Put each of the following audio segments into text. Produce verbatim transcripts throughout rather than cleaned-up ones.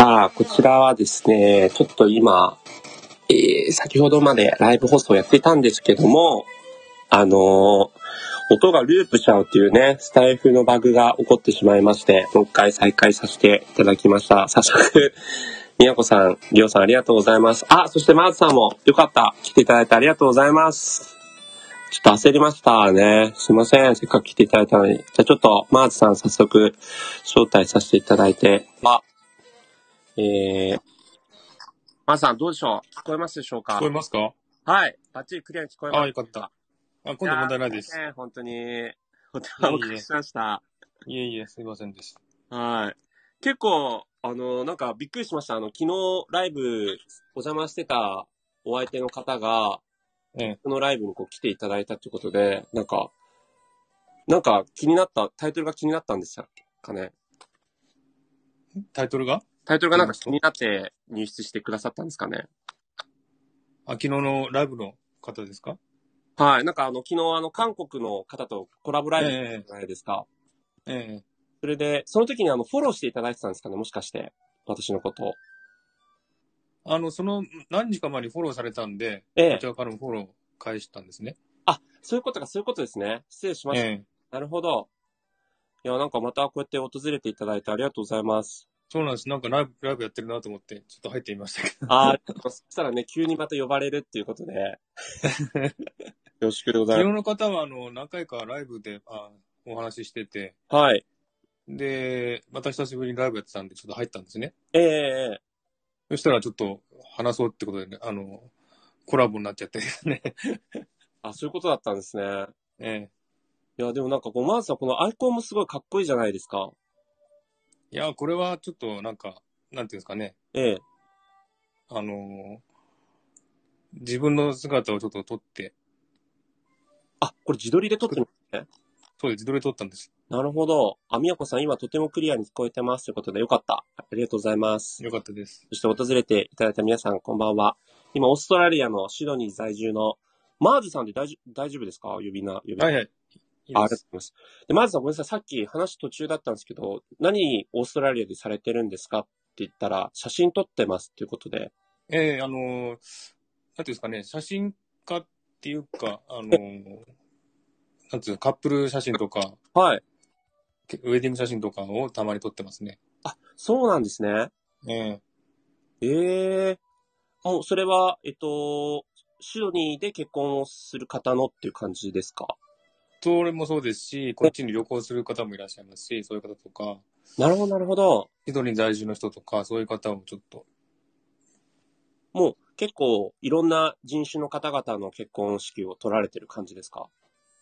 さあ、こちらはですね、ちょっと今、えー、先ほどまでライブ放送やってたんですけども、あのー、音がループしちゃうっていうね、スタイフのバグが起こってしまいまして、もう一回再開させていただきました。早速、みやこさん、りょうさんありがとうございます。あ、そしてマーズさんもよかった。来ていただいてありがとうございます。ちょっと焦りましたね。すいません。せっかく来ていただいたのに。じゃあちょっと、マーズさん早速、招待させていただいて、あ、えー、マーズさんどうでしょう？聞こえますでしょうか？ 聞こえますか？ はい。バッチリクリアに聞こえます。 ああ、よかった。あ、今度問題ないです。 いやー、本当に、お手いえいえ間おかけしました。 いえいえ、すいませんです。 はい。結構、あの、なんかびっくりしました。あの、昨日ライブお邪魔してたお相手の方が、 ええ。 このライブにこう来ていただいたってことで、なんか、なんか気になった、タイトルが気になったんですかね。 タイトルがタイトルがなんか気になって入室してくださったんですかね。 あ、昨日のライブの方ですか？ はい。なんかあの、昨日あの、韓国の方とコラボライブじえゃないですか。 えええ。 それで、その時にあの、フォローしていただいてたんですかね、もしかして。私のことを。 あの、その何日か前にフォローされたんで、 ええ。 こちらからもフォロー返したんですね。 あ、そういうことか、そういうことですね。失礼しました。 ええ。 なるほど。いや、なんかまたこうやって訪れていただいてありがとうございます。 そうなんです。なんかライブ、ライブやってるなと思って、ちょっと入ってみましたけど。 ああ、そしたらね、急にまた呼ばれるっていうことで、よろしくでござい昨日まの方は、あの、何回かライブであお話ししてて、 す。はい。 で、また久しぶりにライブやってたんで、ちょっと入ったんですね。 ええええ。 そしたらちょっと話そうってことでね、あの、コラボになっちゃってですね。 あ、そういうことだったんですね。 ええ。 いや、でもなんかこう、まずはこのアイコンもすごいかっこいいじゃないですか。 いや、これはちょっとなんか、なんていうんですかね。 ええ。 あのー自分の姿をちょっと撮って、 あ、これ自撮りで撮ってるんですね。 そうで自撮りで撮ったんです。 なるほど。あ、みやこさん、今とてもクリアに聞こえてますということで、よかった。ありがとうございます。 よかったです。 そして訪れていただいた皆さん、こんばんは。今、オーストラリアのシドニー在住のマーズさんで大丈大丈夫ですか？呼び名、呼び名。 はいはい。いいあ、ありがとうございです。 ます。で、マーズさん、ごめんなさい。さっき話途中だったんですけど、何オーストラリアでされてるんですかって言ったら、写真撮ってますっていうことで。 ええあのーなんていうんですかね、写真家っていうか、あのーなんていうの、カップル写真とか、 はい。 けウェディング写真とかをたまに撮ってますね。 あ、そうなんですね。 ええええもう、それは、えっと、シドニーで結婚をする方のっていう感じですか？ それもそうですし、こっちに旅行する方もいらっしゃいますし、そういう方とか、 なるほど、なるほど。 シドニー在住の人とか、そういう方をちょっと、 もう結構いろんな人種の方々の結婚式を取られてる感じですか？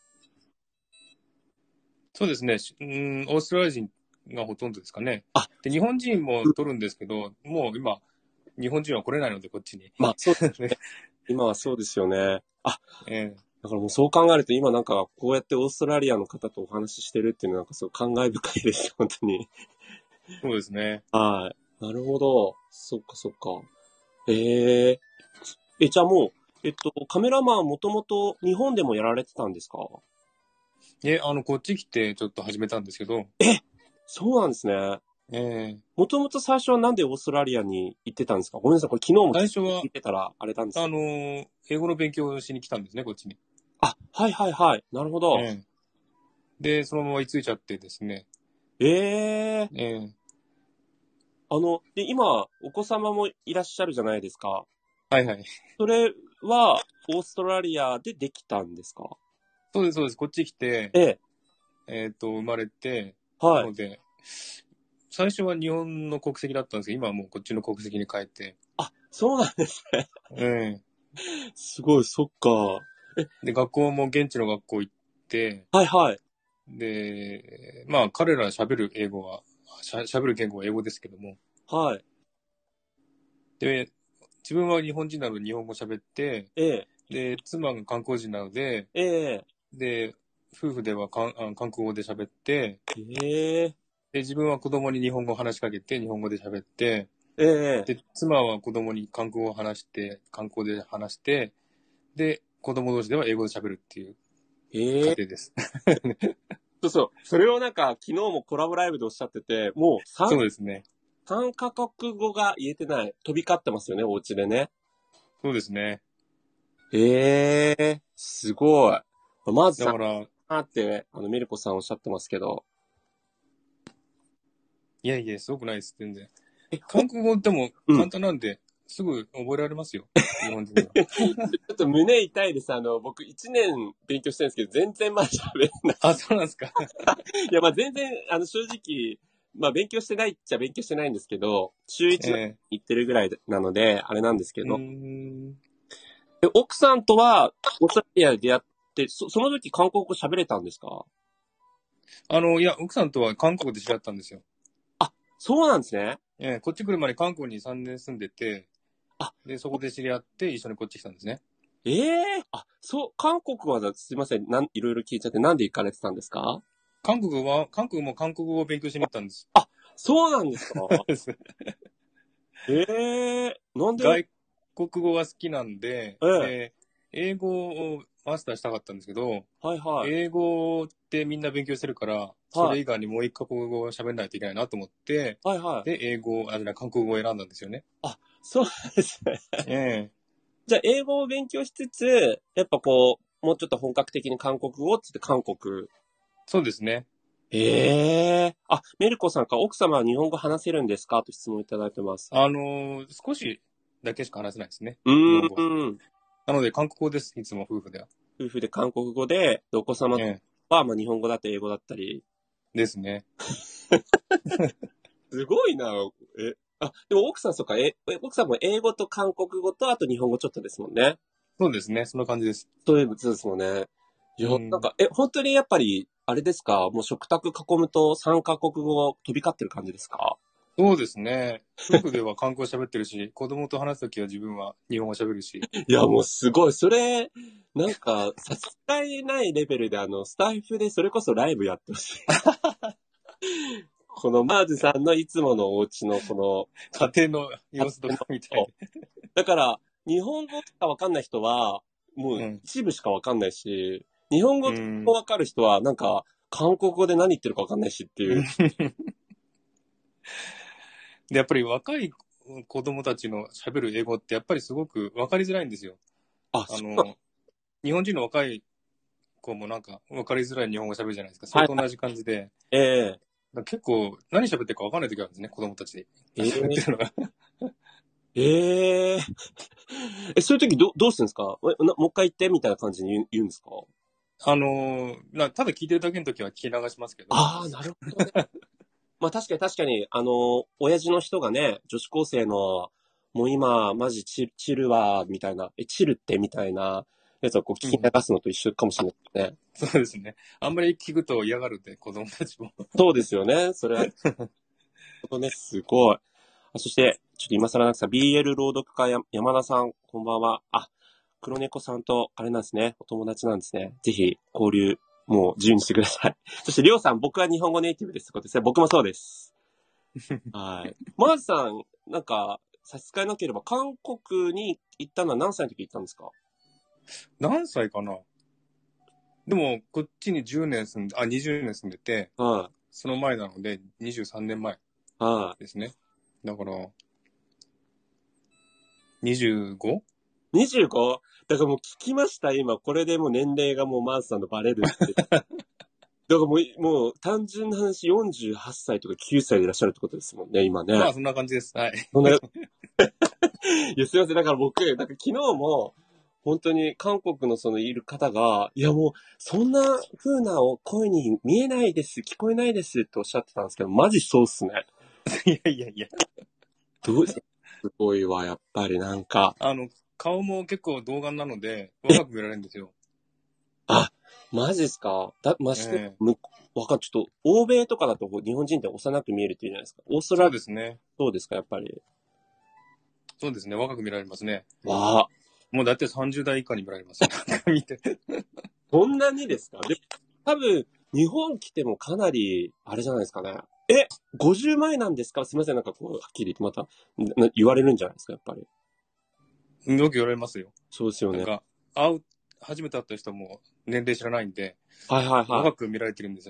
そうですね。しうーん、オーストラリア人がほとんどですかね。 あ、 で、日本人も取るんですけど、もう今、日本人は来れないので、こっちに。 まあ、そうですね。今はそうですよね。あ、 ええだからもうそう考えると今なんかこうやってオーストラリアの方とお話ししてるっていうのはなんかすごい感慨深いです。本当に。 そうですね。 はい。なるほど。そっかそっか。えええ、じゃあもう、えっと、カメラマンはもともと日本でもやられてたんですか？ え、あの、こっち来てちょっと始めたんですけど、 そうなんですね。 ええもともと最初はなんでオーストラリアに行ってたんですか？ごめんなさい。これ昨日も最初は、 聞いてたらあれなんですあけど。 の、英語の勉強をしに来たんですね、こっちに。 あ、はいはいはい。なるほど。 ええで、そのまま居ついちゃってですね。 ええええあの、で、今、お子様もいらっしゃるじゃないですか。 はいはい。 それは、オーストラリアでできたんですか？ そうです、そうです。こっち来て、 ええ、 えっと、生まれて、なはい。 ので、最初は日本の国籍だったんですけど、今はもうこっちの国籍に変えて、 あ、そうなんですね。 ええすごい、そっか。え、 で、学校も現地の学校行って、 はいはい。 で、まあ、彼ら喋る英語は、しゃ喋る言語は英語ですけども、 はい。 で、自分は日本人なので日本語喋って、 ええ、 で、妻が韓国人なので、 ええ、 で、夫婦では韓あ韓国語で喋って、 ええ、 で、自分は子供に日本語を話しかけて、日本語で喋って、 ええ、 で、妻は子供に韓国語を話して、韓国語で話して、で、子供同士では英語で喋るっていうええ、 家庭です。 そうそう。それをなんか、昨日もコラボライブでおっしゃってて、もう、さん、 そうですね。 さんカ国語が言えてない。飛び交ってますよね、お家でね。 そうですね。 ええー、すごい。まずさん、 だから、 あって、あの、メルコさんおっしゃってますけど。 いやいや、すごくないです、全然。 え、ほ、 韓国語でもうん。 簡単なんで、すぐ覚えられますよ。日本人なら。 ちょっと胸痛いです。あの、僕いちねん勉強してるんですけど、全然まだ喋れない。 あ、そうなんですか。 いや、まあ全然、あの、正直、まあ勉強してないっちゃ勉強してないんですけど、週いちのえ行ってるぐらいなので、あれなんですけえ、うーど、 ん。 え奥さんとは、オーストラリアで出会って、そ、その時韓国語喋れたんですか？ あの、いや、奥さんとは韓国で知り合ったんですよ。 あ、そうなんですね。 ええ、こっち来る前に韓国にさんねん住んでて、 あ、 で、そこで知り合って一緒にこっち来たんですね。 ええー、あ、そう、韓国は、すいません、なん、いろいろ聞いちゃって、なんで行かれてたんですか？ 韓国は、韓国も韓国語を勉強しに行ったんです。 あ、そうなんですか？ ですええー、なんで、 外国語が好きなんで、 ええ、 で、英語をマスターしたかったんですけど、 はいはい、 英語ってみんな勉強してるから、そはい、 れ以外にもう一カ国語を喋らないといけないなと思って、 はいはい。 で、英語、あ、じゃない韓国語を選んだんですよね。 あ、そうなんですね。 ええ、 じゃあ、英語を勉強しつつ、やっぱこう、もうちょっと本格的に韓国語っつって韓国。 そうですね。 ええ、あ、メルコさんか、奥様は日本語話せるんですかと質問いただいてます。 あのー少しだけしか話せないですね。 う日本語は。 ーん。 なので、韓国語です。いつも夫婦では。 夫婦で韓国語で、でお子様ええ、 は、まあ、日本語だったり英語だったり。 ですね。 すごいな。え、あ、でも奥さん、そっか、え、え奥さんも英語と韓国語と、あと日本語ちょっとですもんね。 そうですね。そんな感じです。 そういうことですもんね。いや、なんうん。 か、え、本当にやっぱり、あれですか、もう食卓囲むとさんカ国語飛び交ってる感じですか？ そうですね。夫婦では韓国語喋ってるし、子供と話すときは自分は日本語喋るし。 いや、もうすごい。それ、なんか、差し支えないレベルで、あの、スタイフでそれこそライブやってほしい。このマーズさんのいつものお家のこの、か、 家庭の様子とか家庭の、 みたいで。 だから、日本語しかわかんない人は、もううん。 一部しかわかんないし、日本語うん。 わかる人は、なんか、韓国語で何言ってるかわかんないしっていう。 で、やっぱり若い子供たちの喋る英語ってやっぱりすごく分かりづらいんですよ。 あ、そうなの？ あの、日本人の若い子もなんか分かりづらい日本語喋るじゃないですか。そはいはい。 れと同じ感じで、 えだから結構何喋ってるか分かんない時あるんですね、子供たちで。 え喋ってえるのが。 ええええ、そういう時ど、どうするんですか？えなもう一回言ってみたいな感じに言う言うんですか？ あのな、ただ聞いてるだけの時は聞き流しますけど、 ああー、なるほどね。まあ確かに確かに、あの、親父の人がね、女子高生の、もう今、マジチル、チルは、みたいな、え、チルってみたいなやつをこう聞きうん。 流すのと一緒かもしれないですね。 そうですね。あんまり聞くと嫌がるんで、子供たちも。 そうですよね。それは、ほんとね、すごい。あ、そして、ちょっと今更なんですが、ビーエル 朗読家や山田さん、こんばんは。あ、黒猫さんと、あれなんですね、お友達なんですね。ぜひ、交流、もう自由にしてください。そして、りょうさん、僕は日本語ネイティブです。ことですね。僕もそうです。はい。マーズさん、なんか、差し支えなければ、韓国に行ったのは何歳の時行ったんですか？ 何歳かな。でも、こっちにじゅうねん住んで、あ、にじゅうねん住んでて、 はその前なので、にじゅうさんねんまえい。はですね。だから、にじゅうご? い。にじゅうご？ だからもう聞きました、今。これでもう年齢がもうマーズさんのバレるって。だからもう、もう単純な話、よんじゅうはっさいとかきゅうさいでいらっしゃるってことですもんね、今ね。 まあ、そんな感じです。はい。 そんな、いや、すいません。だから僕、なんか昨日も、本当に韓国のそのいる方が、いやもう、そんな風な声に見えないです、聞こえないですっておっしゃってたんですけど、マジそうっすね。 いやいやいや。 どう、すごいわ、やっぱりなんか。 あの、顔も結構童顔なので、若く見られるんですよ。 あ、マジっすか？だ、まして、 ええ、 む、わかん、ちょっと、欧米とかだと日本人って幼く見えるっていうじゃないですか。オーストラそうリですね。 ア、そうですか、やっぱり。 そうですね。若く見られますね。 わあ、 もうだいたいさんじゅう代以下に見られますよ。なんか見て。 そんなにですか？で、多分、日本来てもかなり、あれじゃないですかね。え、ごじゅうまえなんですか？すいません、なんかこう、はっきり言ってまた、な言われるんじゃないですか、やっぱり。 よく言われますよ。 そうですよね。 なんか、会う、初めて会った人も年齢知らないんで、 はいはいはい。 若く見られてるんですよ。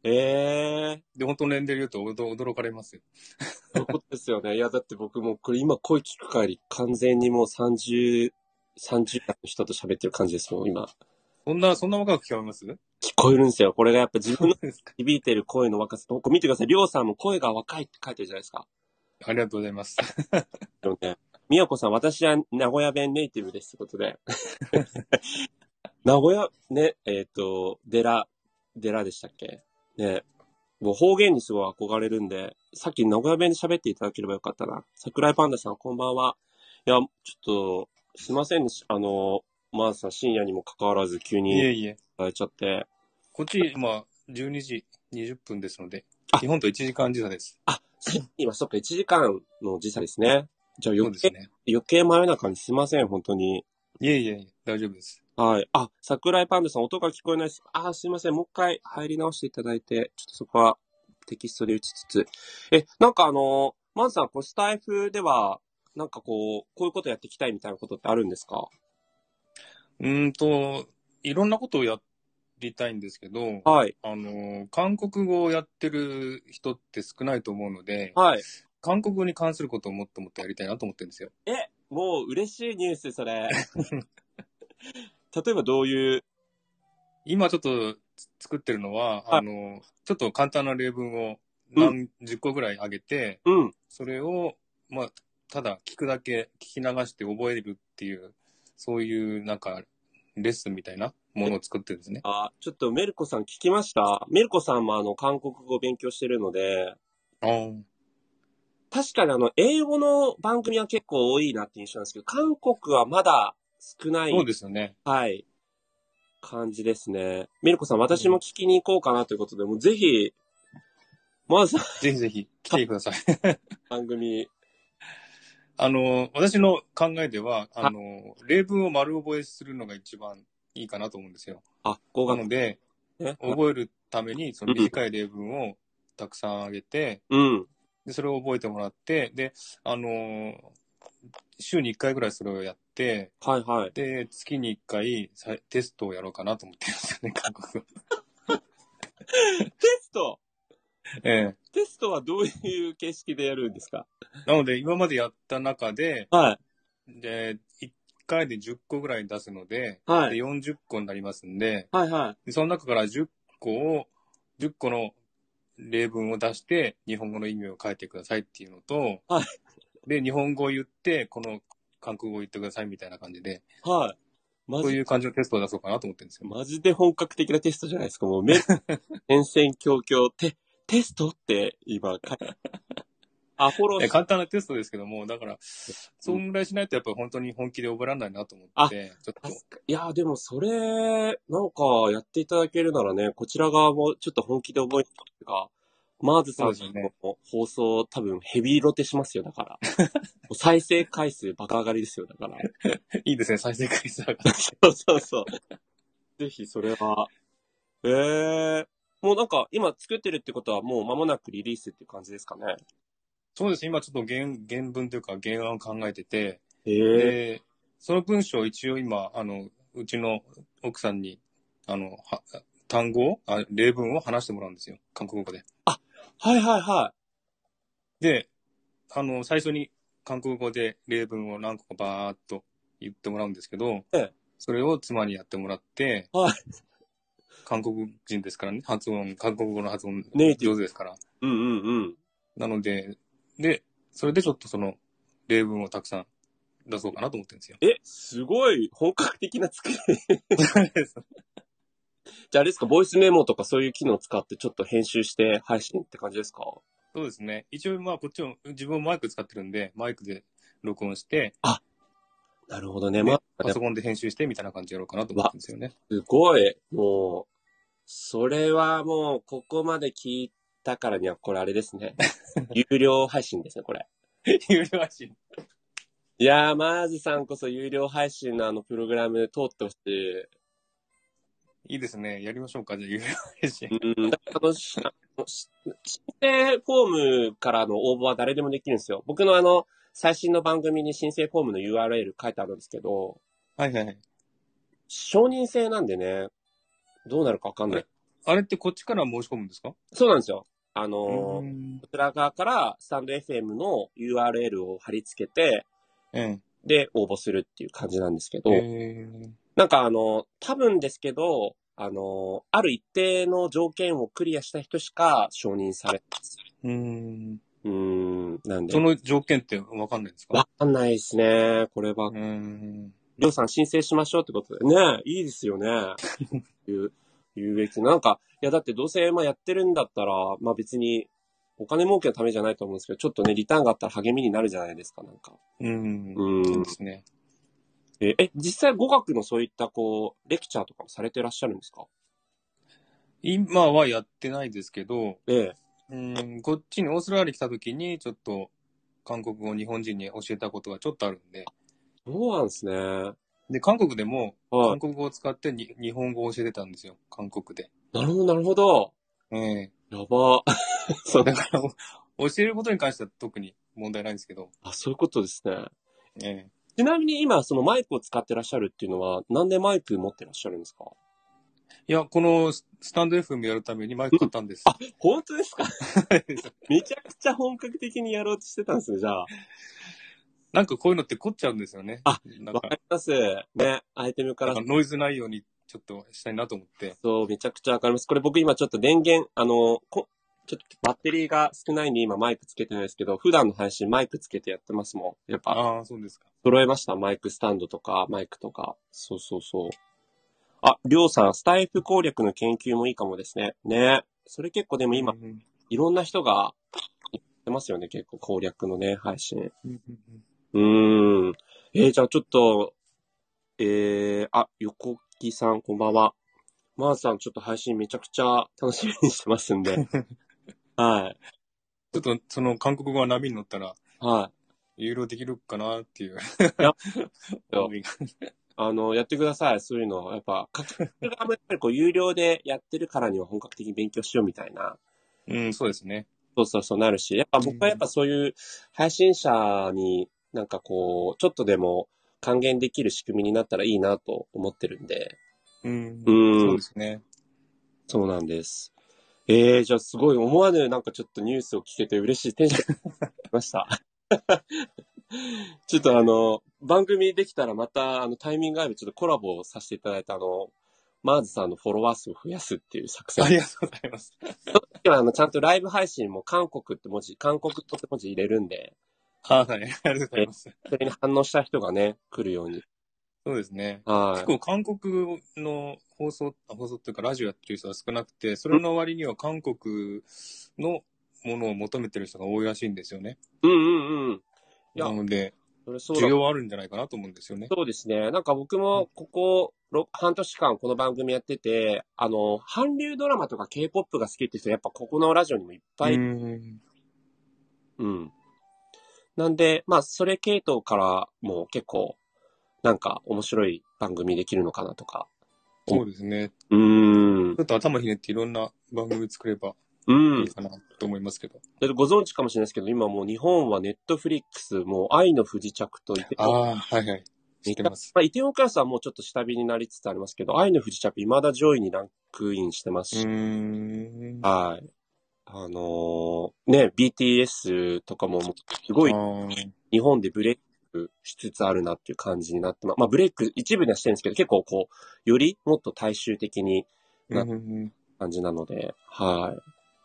ええで、本当の年齢言うと驚驚かれますよ。 そういうことですよね。いや、だって僕もこれ今声聞く限り完全にもうさんじゅう、さんじゅう代の人と喋ってる感じですもん、今。 そんな、そんな若く聞こえます？ 聞こえるんですよ。これがやっぱ自分のそうですか。 響いてる声の若さと、これ見てください。りょうさんも声が若いって書いてるじゃないですか。 ありがとうございます。 よね。みやこさん、私は名古屋弁ネイティブですってことで。名古屋、ね、えっ、と、寺、寺でしたっけね。もう方言にすごい憧れるんで、さっき名古屋弁で喋っていただければよかったな。桜井パンダさん、こんばんは。いや、ちょっと、すいませんね。あの、まあさん、深夜にも関わらず急にいいえいえ。 ただいちゃって。 こっち今、じゅうにじにじゅっぷんですので、 あ、 日本といちじかん時差です。 あ、今、そっか、いちじかんの時差ですね。じゃあ余計、 そうですね。 余計真夜中にすいません、本当に。 いえいえいえ、大丈夫です。 はい。あ、桜井パンダさん、音が聞こえないです。あ、すいません。もう一回入り直していただいて、ちょっとそこはテキストで打ちつつ。え、なんかあの、マンさん、こう、スタイフでは、なんかこう、こういうことやっていきたいみたいなことってあるんですか？ うーんと、いろんなことをやりたいんですけど、 はい。 あの、韓国語をやってる人って少ないと思うので、 はい。 韓国語に関することをもっともっとやりたいなと思ってるんですよ。 え、もう嬉しいニュース、それ。例えばどういう、 今ちょっと作ってるのは、 はい。 あの、ちょっと簡単な例文をうん、 何十個ぐらい上げて、 うん。 それを、まあ、ただ聞くだけ聞き流して覚えるっていう、そういうなんか、レッスンみたいなものを作ってるんですね。 あ、ちょっとメルコさん聞きました？メルコさんもあの、韓国語を勉強してるので、 ああ。 確かにあの、英語の番組は結構多いなって印象なんですけど、韓国はまだ少なそうい、 ですよね。 はい、感じですね。ミルコさん、私もうん、 聞きに行こうかなということで、もうぜひ、まずぜひぜひ来てください。 番組、 あの、私の考えでは、あは、 の、例文を丸覚えするのが一番いいかなと思うんですよ。 あ、語学なので、 ね。はい、 覚えるために、そのうん、 短い例文をたくさんあげて、 うん、 で、それを覚えてもらって、で、あの、週にいっかいぐらいそれをやって、 はい、はい。 で、月にいっかいさテストをやろうかなと思ってるんですよね、韓国語。 テストええ。 テストはどういう形式でやるんですか？ なので、今までやった中で、 はい、 で、いっかいでじゅっこぐらい出すので、で、 はい、 よんじゅっこになりますんで、 はい、はでその中からじゅっこを、じゅっこの例文を出して、日本語の意味を書いてくださいっていうのと、 い、はい、 で、日本語を言って、この韓国語を言ってくださいみたいな感じで、 はい。マジ、 そういう感じのテストを出そうかなと思ってるんですよ。 マジで本格的なテストじゃないですか。もう、め、戦々恐々、テ、テストって今、かあ、フォローえ、 し、 簡単なテストですけども、だから、そうん、 んぐらいしないとやっぱり本当に本気で覚えられないなと思っあ、 て、ちょっと、 確か、いや、でもそれ、なんかやっていただけるならね、こちら側もちょっと本気で覚えてるか、マーズそうさんですよね。 の放送多分ヘビーロテしますよ、だから。再生回数バカ上がりですよ、だから。 いいですね、再生回数上がって。 そうそうそう。ぜひそれは。ええー、もうなんか今作ってるってことはもう間もなくリリースっていう感じですかね。 そうですね、今ちょっと原、原文というか原案を考えてて、 ええー、 で、その文章を一応今、あの、うちの奥さんに、あの、は単語をあ、例文を話してもらうんですよ。韓国語で。 あ、はいはいはで、あの、最初に韓国語で例文を何個かバーっと言ってもらうんですけど、 い。えそれを妻にやってもらって、 はい。 韓国人ですからね、発音、韓国語の発音ネイティブ。 上手ですから。 うんうんうん。 なので、で、それでちょっとその例文をたくさん出そうかなと思ってるんですよ。 え、すごい本格的な作り。 そうです。 じゃああれですか、ボイスメモとかそういう機能を使ってちょっと編集して配信って感じですか？ そうですね。一応まあこっちも自分もマイク使ってるんで、マイクで録音して、 あ、なるほどね。まで、 あ、でも、 パソコンで編集してみたいな感じでやろうかなと思ってわ、 るんですよね。 すごい。もう、それはもう、ここまで聞いたからには、これあれですね。有料配信ですね、これ。 有料配信。 いやー、マーズさんこそ有料配信のあのプログラム通ってほしい。 いいですね。やりましょうか、じゃあ有料配信。 うん、だからあの、しあのし申請フォームからの応募は誰でもできるんですよ。僕のあの、最新の番組に申請フォームの ユーアールエル 書いてあるんですけど、 はいはいはい。 承認制なんでね、どうなるかわかんあれ、 ない。 あれってこっちから申し込むんですか？ そうなんですよ。あうのーーん。 こちら側からスタンド エフエム の ユーアールエル を貼り付けて、 うん。 で、応募するっていう感じなんですけえど、 ー、 なんかあの、多分ですけど、あの、ある一定の条件をクリアした人しか承認されます。 うーん。 うーん、なんで、 その条件ってわかんないんですか？ わかんないですね。これは、 うーん。 りょうさん申請しましょうってことでね、いいですよね。いう、有益な。なんか、いやだってどうせまあやってるんだったら、まあ別に、お金儲けのためじゃないと思うんですけど、ちょっとね、リターンがあったら励みになるじゃないですか、なんか。 うーん。 うーん。 そうですね。 え、え実際語学のそういったこう、レクチャーとかもされてらっしゃるんですか？ 今はやってないですけど、 ええ。 うーん、こっちにオーストラリアに来た時に、ちょっと、韓国語を日本人に教えたことがちょっとあるんで、 そうなんですね。 で、韓国でも、 は韓国語を使ってに日本語を教えてたんですよ。韓国で。 い。なるほど、なるほど。 ええやば。そう。 だから、教えることに関しては特に問題ないんですけど、 あ、そういうことですね。 ええちなみに今、そのマイクを使ってらっしゃるっていうのは、なんでマイク持ってらっしゃるんですか？ いや、このススタンド エフエム やるためにマイク買ったんです。 あ、本当ですか？めちゃくちゃ本格的にやろうとしてたんですね、じゃあ。 なんかこういうのって凝っちゃうんですよね。 あ、 なんか、 わかります。ね、アイテムからなんかノイズないようにちょっとしたいなと思って。 そう、めちゃくちゃわかります。これ僕今ちょっと電源、あの、こちょっとバッテリーが少ないんで今マイクつけてないですけど、普段の配信マイクつけてやってますもん。やっぱ、 ああ、そうですか。 揃えました。マイクスタンドとか、マイクとか。そうそうそう。あ、りょうさん、スタイフ攻略の研究もいいかもですね。ね。それ結構でも今、 うんうんいろんな人が言ってますよね。結構攻略のね、配信。 うんうんうーん。えー、じゃあちょっと、えー、あ、横木さん、こんばんは。マーズさん、ちょっと配信めちゃくちゃ楽しみにしてますんで。はい。 ちょっとその韓国語が波に乗ったら、 はい。 有料できるかなっていういや、 思いが。 あの、やってください。そういうの。やっぱ、書き手がやっぱりこう、有料でやってるからには本格的に勉強しようみたいな。 うん、そうですね。 そうそうそうなるし、やっぱ僕はやっぱそういう配信者になんかこう、ちょっとでも還元できる仕組みになったらいいなと思ってるんで。 うん、 うーん、 そうですね。 そうなんです。えー、じゃあすごい思わぬなんかちょっとニュースを聞けて嬉しいテンションになりました。ちょっとあの、番組できたらまたあのタイミングがあればちょっとコラボをさせていただいたあの、マーズさんのフォロワー数を増やすっていう作戦。 ありがとうございます。 今あのちゃんとライブ配信も韓国って文字、韓国とって文字入れるんで、 はい、ありがとうございます。 それに反応した人がね、来るように。 そうですね。 はい。 結構韓国の放送、放送っていうかラジオやってる人は少なくて、それの割には韓国のものを求めてる人が多いらしいんですよね。 うんうんうん。いや、 なので、 それそうだ。 需要はあるんじゃないかなと思うんですよね。 そうですね。なんか僕もここ、ろ半年間この番組やってて、あの、韓流ドラマとか K-ポップ が好きって人やっぱここのラジオにもいっぱい、 うん。 うん。なんで、まあ、それ系統からも結構、なんか面白い番組できるのかなとか。 そうですね。 うーん。 ちょっと頭ひねっていろんな番組作ればうん。 いいかなと思いますけど。 だってご存知かもしれないですけど、今もう日本はネットフリックス、もう愛の不時着とイテああ、はいはい。知ってます。 まあ、イテウォンクラスはもうちょっと下火になりつつありますけど、愛の不時着未だ上位にランクインしてますうーし、 ん。 はい。あのーね、ビーティーエス とかももうすごいあー日本でブレイクしつつあるなっていう感じになってま、まあブレイク一部ではしてるんですけど、結構こう、よりもっと大衆的にうんなうんうん。 感じなので、はい。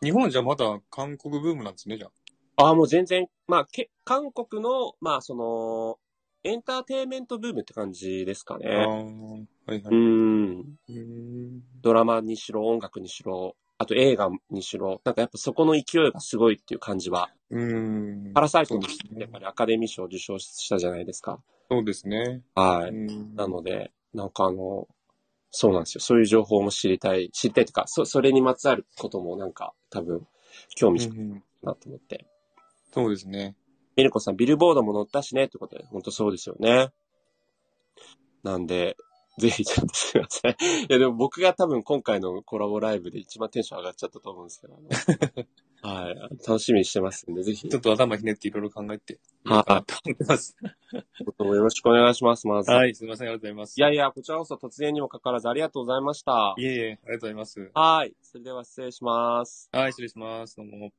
日本じゃまだ韓国ブームなんですね、じゃあ。 ああ、もう全然、まあ、け、韓国の、まあその、エンターテインメントブームって感じですかああ、 ね。 はいはい。 うーん。 うーん。 ドラマにしろ、音楽にしろ、あと映画にしろ、なんかやっぱそこの勢いがすごいっていう感じは、 うーん。 パラサイトもそうですね。 やっぱりアカデミー賞を受賞したじゃないですか。 そうですね。うはい。 ん。 なので、なんかあの、そうなんですよ。そういう情報も知りたい、知りたいというか、そ、それにまつわることもなんか多分興味うんうしかん。 なと思って。 そうですね。 ミルコさん、ビルボードも載ったしね、ってことで、本当そうですよね。なんで、ぜひちょっとすいません。いやでも僕が多分今回のコラボライブで一番テンション上がっちゃったと思うんですけど、あのはい。楽しみにしてますんで、ぜひ。 ちょっと頭ひねっていろいろ考えてみようはい。 かなと思ってます。 どうもよろしくお願いします、まず。 はい、すみません、ありがとうございます。 いやいや、こちらこそ突然にもかかわらずありがとうございました。 いえいえ、ありがとうございます。 はい。それでは失礼します。 はい、失礼します。どうも。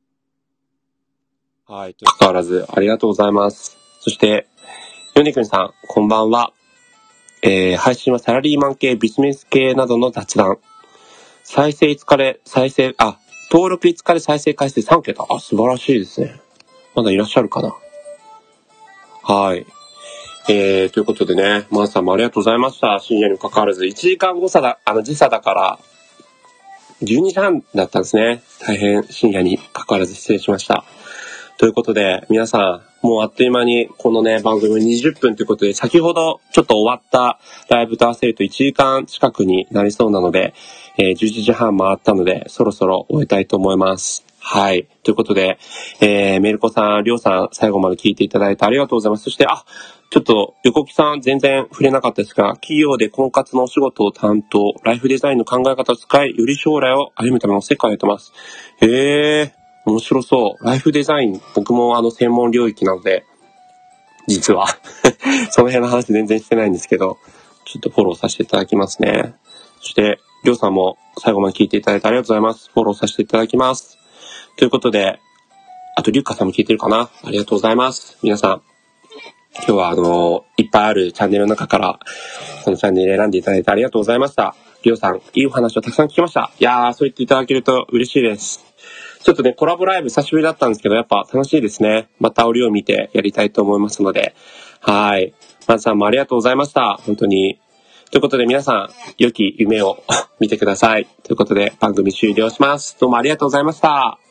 はい。とかかわらずありがとうございます。そして、ヨネくんさん、こんばんは。えー、配信はサラリーマン系、ビジネス系などの雑談。再生いつかで、再生、あ、登録いつかで再生回数さんけた。あ、素晴らしいですね。まだいらっしゃるかな。はい。えー、ということでね、マーさんもありがとうございました。深夜にもかかわらず、いちじかんご差だ、あの、時差だから、じゅうにじはんだったんですね。大変深夜にかかわらず失礼しました。ということで、皆さん、もうあっという間にこのね、番組にじゅっぷんということで、先ほどちょっと終わったライブと合わせるといちじかん近くになりそうなので、えー、じゅういちじはん回ったので、そろそろ終えたいと思います。はい。ということで、えー、メルコさん、りょうさん、最後まで聞いていただいてありがとうございます。そして、あ、ちょっと、横木さん全然触れなかったですが、企業で婚活のお仕事を担当、ライフデザインの考え方を使い、より将来を歩むための世界をやってます。へー。面白そう。ライフデザイン、僕もあの専門領域なので、実はその辺の話全然してないんですけど、ちょっとフォローさせていただきますね。そして、りょうさんも最後まで聞いていただいてありがとうございます。フォローさせていただきます。ということで、あと、りゅうかさんも聞いてるかな？ありがとうございます。皆さん、今日はあの、いっぱいあるチャンネルの中から、このチャンネル選んでいただいてありがとうございました。りょうさん、いいお話をたくさん聞きました。いやー、そう言っていただけると嬉しいです。ちょっとね、コラボライブ久しぶりだったんですけど、やっぱ楽しいですね。また折を見てやりたいと思いますので。はい。まずさんもありがとうございました。本当に。ということで皆さん、良き夢を見てください。ということで番組終了します。どうもありがとうございました。